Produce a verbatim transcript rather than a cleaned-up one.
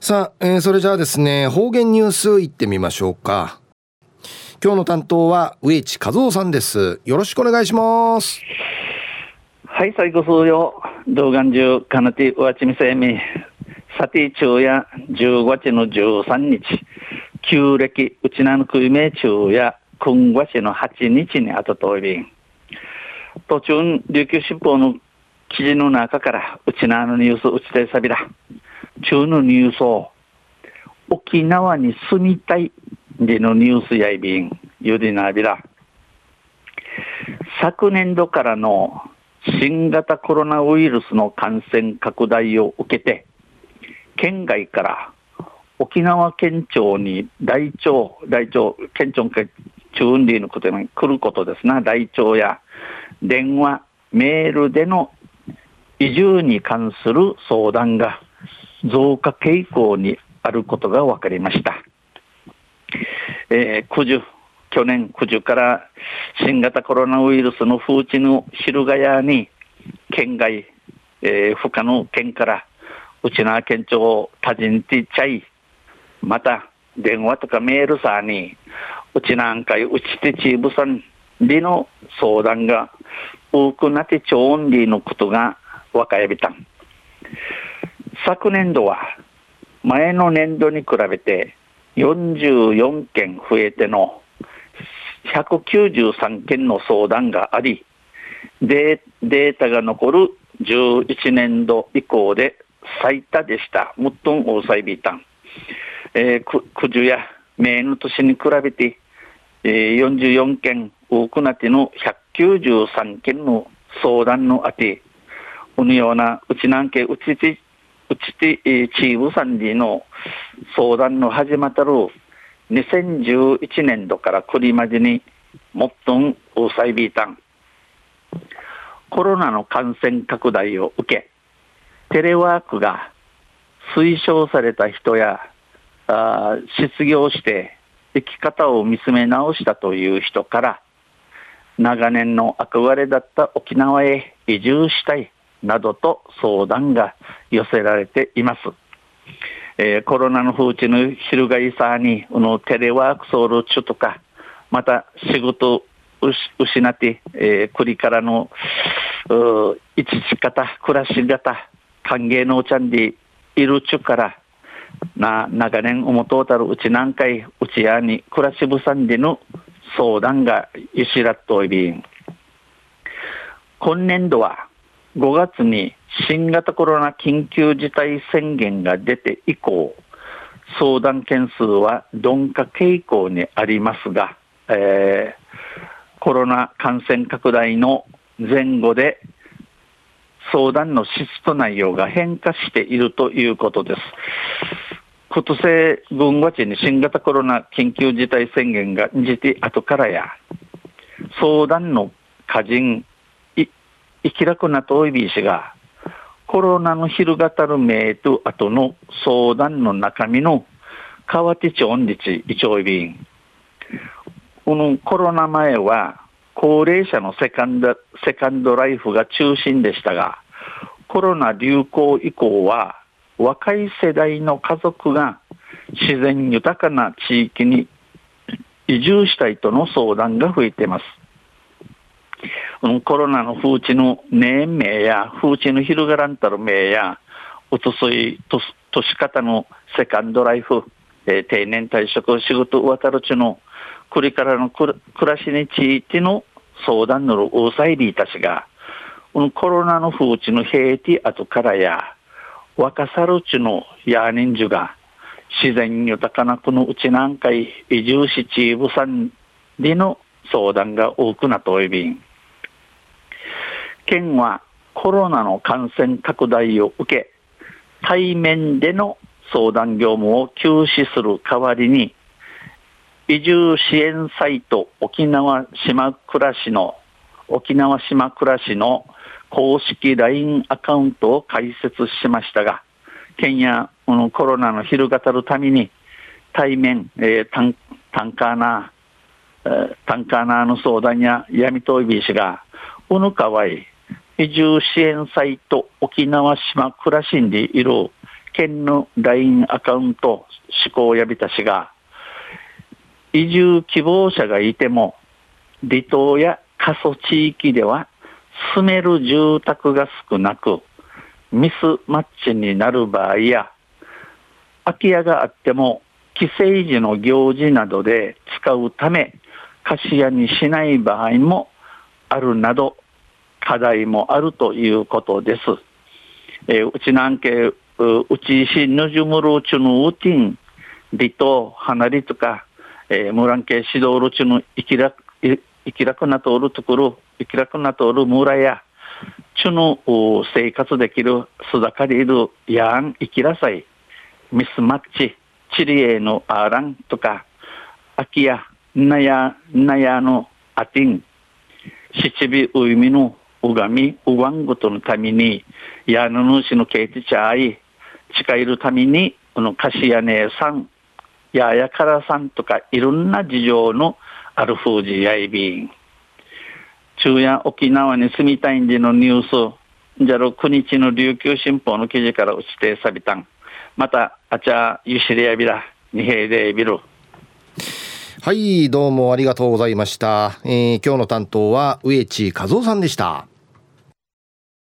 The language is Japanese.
さあ、えー、それじゃあですね、方言ニュースいってみましょうか。今日の担当は植地和夫さんです。よろしくお願いします。 はい、最後数よ動画中かなてうわちみせみさて昼夜じゅうごがつのじゅうさんにち旧暦うちなのくいめ昼夜くんがつのはちにちにあたといびん途中琉球新報の記事の中からうちなのニュースうちてさびら中のニュースを沖縄に住みたいでのニュースやいびんゆでなびら昨年度からの新型コロナウイルスの感染拡大を受けて県外から沖縄県庁に来庁来庁県庁が中理のことに来ることですな。来庁や電話メールでの移住に関する相談が増加傾向にあることが分かりました。えー、九十去年九十から新型コロナウイルスの風知の昼ヶ谷に県外、えー、他の県からうちな県庁を訪ねてちゃいまた電話とかメールさにうちなんかいうちてちぶさんでの相談が多くなってちょんりのことがわかやびたん。昨年度は前の年度に比べてよんじゅうよんけん増えてのひゃくきゅうじゅうさんけんの相談がありデータが残るじゅういちねんど以降で最多でした。もっとん大さいびいたん、えー、く九十や前の年に比べて、えー、よんじゅうよんけん多くなってのひゃくきゅうじゅうさんけんの相談のあてこのようなうちなんけうちてうちて、えー、チームさんでの相談の始まったるにせんじゅういちねんどからくりまでにもっとん大さいびいたん。コロナの感染拡大を受けテレワークが推奨された人やあ失業して生き方を見つめ直したという人から長年の憧れだった沖縄へ移住したいなどと相談が寄せられています。えー、コロナの風知の昼がいさにこのテレワークソウル中とかまた仕事を失って、えー、国からの生き方暮らし方歓迎のおちゃんでいる中からな長年思とうたるうち何回うちやに暮らしぶさんでの相談がいしらっといびん。今年度はごがつに新型コロナ緊急事態宣言が出て以降相談件数は鈍化傾向にありますが、えー、コロナ感染拡大の前後で相談の質と内容が変化しているということです。今年ごがつに新型コロナ緊急事態宣言が出て後からや相談の過人生きらくなといびいしがコロナの昼がたるめと後の相談の中身の変わってちょんりちいちょいびん。このコロナ前は高齢者のセカンド、セカンドライフが中心でしたがコロナ流行以降は若い世代の家族が自然豊かな地域に移住したいとの相談が増えています。コロナの風知の年名や風知の広がらんたる名やおとそい年方のセカンドライフ、えー、定年退職仕事渡るちのこれからの暮らしについての相談の大さいりたちがコロナの風知の平地後からや若さるちのや人数が自然豊かなこのうち何回移住しチーブさんでの相談が多くなといびん。県はコロナの感染拡大を受け対面での相談業務を休止する代わりに移住支援サイト沖縄島暮らしの沖縄島暮らしの公式 ライン アカウントを開設しましたが県やこのコロナの広がたるために対面、えー、単単価な単価なの相談や闇といびしがうぬかわい移住支援サイト沖縄島暮らしんでいる県の ライン アカウント施行やびたしが、移住希望者がいても離島や過疎地域では住める住宅が少なくミスマッチになる場合や、空き家があっても帰省時の行事などで使うため貸し家にしない場合もあるなど課題もあるということです。えー、うちなんけうちしぬじゅむるちゅのうてん離島離れとか、えー、ムランケ指導るちゅの生きら生きらくなとおるところ生きらくなとおる村やちゅの生活できるすだかりいるやん生きらさいミスマッチチリエのアランとかアキヤナヤナヤのアティンシチビウイミのうがみうわんごとのためにやぬぬしのケイティチャーイ近いるためにこのカシヤネさんややからさんとかいろんな事情のある風じやいびん中夜沖縄に住みたいんでのニュースじゃろくにちの琉球新報の記事からうちてさびたんまたあちゃゆしりやびらにへいでビル。 はい、どうもありがとうございました。えー、今日の担当は植地和夫さんでした。